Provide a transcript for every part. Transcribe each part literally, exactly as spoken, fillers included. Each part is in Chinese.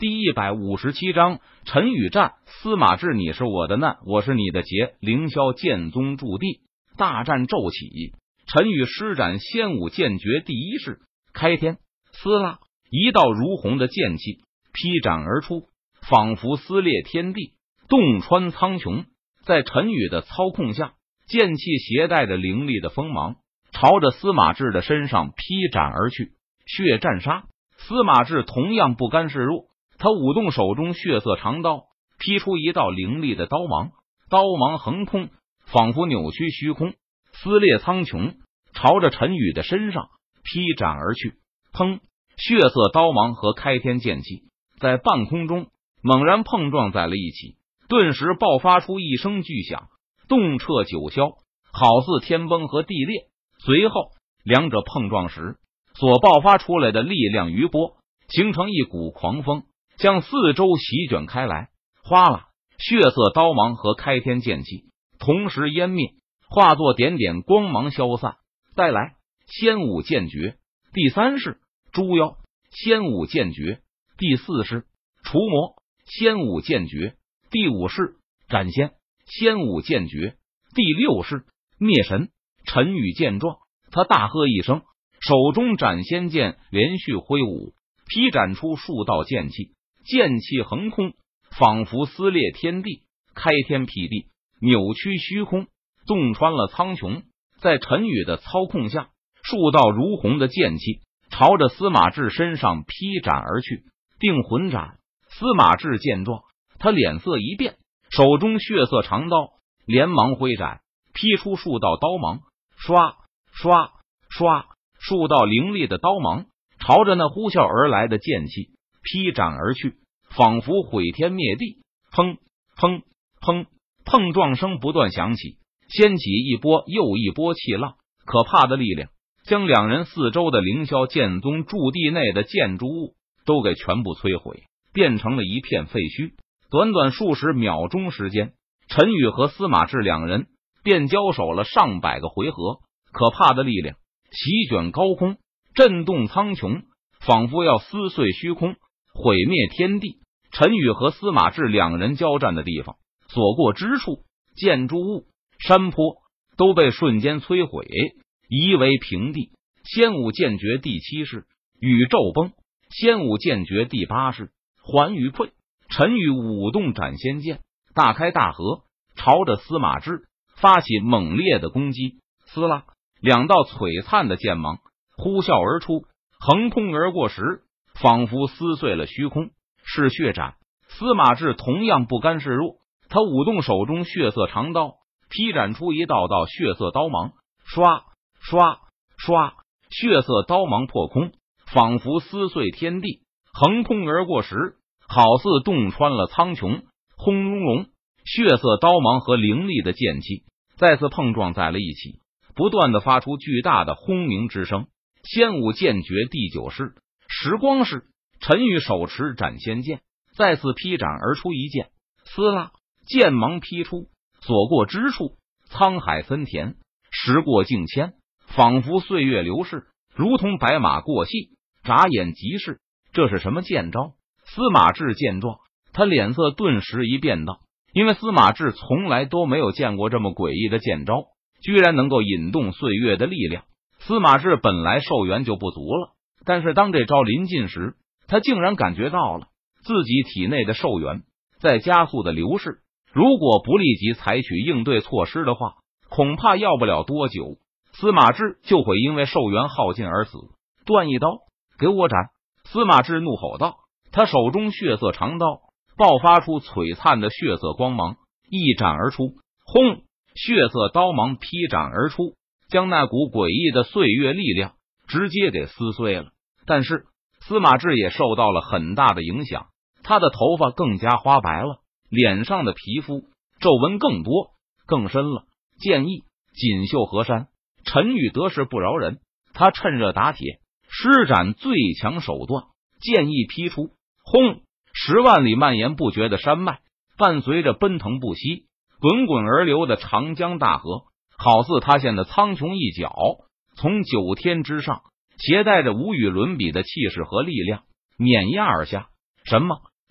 第一百五十七章陈宇战。司马志，你是我的难，我是你的劫。凌霄剑宗驻地，大战骤起。陈宇施展仙武剑诀第一式开天，撕拉，一道如虹的剑气劈斩而出，仿佛撕裂天地，洞穿苍穹。在陈宇的操控下，剑气携带着凌厉的锋芒，朝着司马志的身上劈斩而去。血战杀，司马志同样不甘示弱，他舞动手中血色长刀，劈出一道凌厉的刀芒，刀芒横空，仿佛扭曲虚空，撕裂苍穹，朝着陈宇的身上劈斩而去。砰！血色刀芒和开天剑气在半空中猛然碰撞在了一起，顿时爆发出一声巨响，动彻九霄，好似天崩和地裂。随后两者碰撞时所爆发出来的力量余波，形成一股狂风，将四周席卷开来。哗啦！血色刀芒和开天剑气同时湮灭，化作点点光芒消散。再来，仙武剑诀第三式猪妖，仙武剑诀第四式除魔，仙武剑诀第五式斩仙，仙武剑诀第六式灭神。陈宇见状，他大喝一声，手中斩仙剑连续挥舞，劈斩出数道剑气，剑气横空，仿佛撕裂天地，开天辟地，扭曲虚空，洞穿了苍穹。在陈宇的操控下，数道如虹的剑气朝着司马志身上劈斩而去。定魂斩，司马志见状，他脸色一变，手中血色长刀连忙挥斩，劈出数道刀芒，刷刷刷，数道凌厉的刀芒朝着那呼啸而来的剑气劈斩而去，仿佛毁天灭地。砰砰砰，碰撞声不断响起，掀起一波又一波气浪，可怕的力量将两人四周的凌霄剑宗驻地内的建筑物都给全部摧毁，变成了一片废墟。短短数十秒钟时间，陈宇和司马志两人便交手了上百个回合，可怕的力量席卷高空，震动苍穹，仿佛要撕碎虚空，毁灭天地。陈宇和司马志两人交战的地方，所过之处，建筑物、山坡都被瞬间摧毁，夷为平地。仙武剑诀第七式宇宙崩，仙武剑诀第八式环宇溃。陈宇舞动斩仙剑，大开大合，朝着司马志发起猛烈的攻击。撕拉，两道璀璨的剑芒呼啸而出，横空而过时，仿佛撕碎了虚空。是血斩，司马志同样不甘示弱，他舞动手中血色长刀，劈斩出一道道血色刀芒，刷刷刷，血色刀芒破空，仿佛撕碎天地，横空而过时，好似洞穿了苍穹。轰隆隆，血色刀芒和凌厉的剑气再次碰撞在了一起，不断的发出巨大的轰鸣之声。仙武剑诀第九式时光式，陈宇手持斩仙剑，再次劈斩而出一剑，撕拉，剑芒劈出，所过之处沧海森田，时过境迁，仿佛岁月流逝，如同白马过隙，眨眼即逝。这是什么剑招？司马志见状，他脸色顿时一变道，因为司马志从来都没有见过这么诡异的剑招，居然能够引动岁月的力量。司马志本来寿元就不足了，但是当这招临近时，他竟然感觉到了自己体内的寿元在加速的流逝，如果不立即采取应对措施的话，恐怕要不了多久，司马志就会因为寿元耗尽而死。断一刀，给我斩！司马志怒吼道，他手中血色长刀爆发出璀璨的血色光芒，一斩而出，轰！血色刀芒劈斩而出，将那股诡异的岁月力量直接给撕碎了。但是司马志也受到了很大的影响，他的头发更加花白了，脸上的皮肤皱纹更多更深了。剑意锦绣河山，陈宇得势不饶人，他趁热打铁，施展最强手段，剑意劈出，轰！十万里蔓延不绝的山脉，伴随着奔腾不息滚滚而流的长江大河，好似塌陷的苍穹一角，从九天之上携带着无与伦比的气势和力量碾压而下。什么？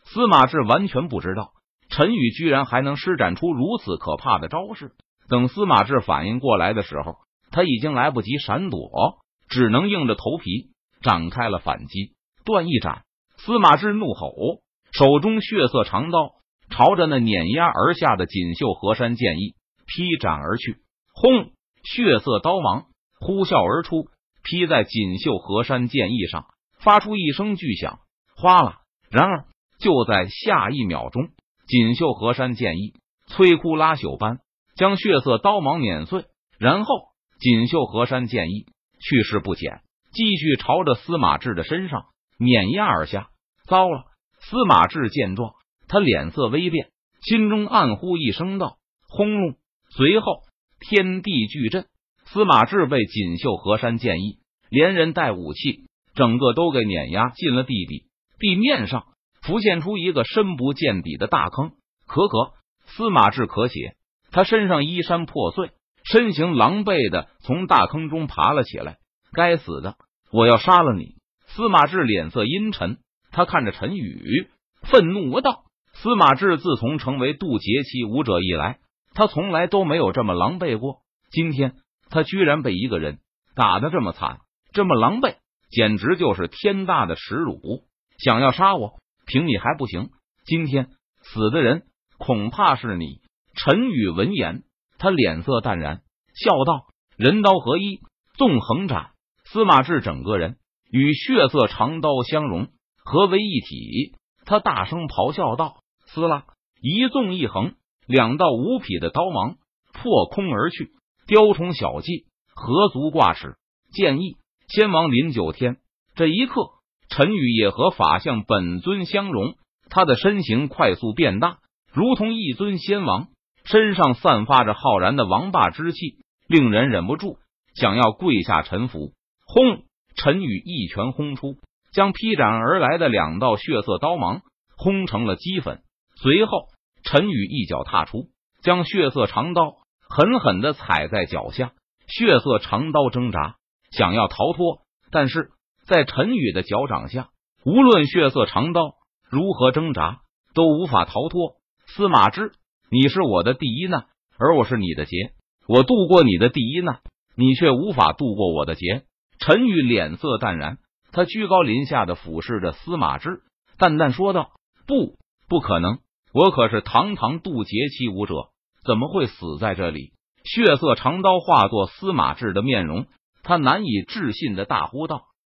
司马志完全不知道陈宇居然还能施展出如此可怕的招式。等司马志反应过来的时候，他已经来不及闪躲，只能硬着头皮展开了反击。断一斩！司马志怒吼，手中血色长刀朝着那碾压而下的锦绣河山剑意劈斩而去。轰！血色刀芒呼啸而出，劈在锦绣河山剑意上，发出一声巨响，哗啦！然而就在下一秒钟，锦绣河山剑意摧枯拉朽般将血色刀芒碾碎，然后锦绣河山剑意去势不减，继续朝着司马志的身上碾压而下。糟了！司马志见状，他脸色微变，心中暗呼一声道：轰隆！随后天地巨震，司马志被锦绣河山剑意连人带武器整个都给碾压进了地底，地面上浮现出一个深不见底的大坑。可可，司马志咳血，他身上衣衫破碎，身形狼狈的从大坑中爬了起来。该死的，我要杀了你！司马志脸色阴沉，他看着陈宇，愤怒道：司马志自从成为渡劫期武者以来，他从来都没有这么狼狈过。今天他居然被一个人打得这么惨，这么狼狈，简直就是天大的耻辱！想要杀我，凭你还不行，今天死的人恐怕是你。陈宇闻言，他脸色淡然，笑道：人刀合一，纵横斩！司马志整个人与血色长刀相融，合为一体。他大声咆哮道：撕拉！一纵一横，两道无匹的刀芒破空而去。雕虫小技，何足挂齿！剑意先王临九天。这一刻，陈宇也和法相本尊相融，他的身形快速变大，如同一尊仙王，身上散发着浩然的王霸之气，令人忍不住想要跪下臣服。轰！陈宇一拳轰出，将劈斩而来的两道血色刀芒轰成了齑粉。随后陈宇一脚踏出，将血色长刀狠狠地踩在脚下。血色长刀挣扎想要逃脱，但是在陈宇的脚掌下，无论血色长刀如何挣扎都无法逃脱。司马志，你是我的第一难，而我是你的劫，我度过你的第一难，你却无法度过我的劫。陈宇脸色淡然，他居高临下的俯视着司马志，淡淡说道：不，不可能，我可是堂堂渡劫期武者，怎么会死在这里？血色长刀化作司马志的面容，他难以置信的大呼道：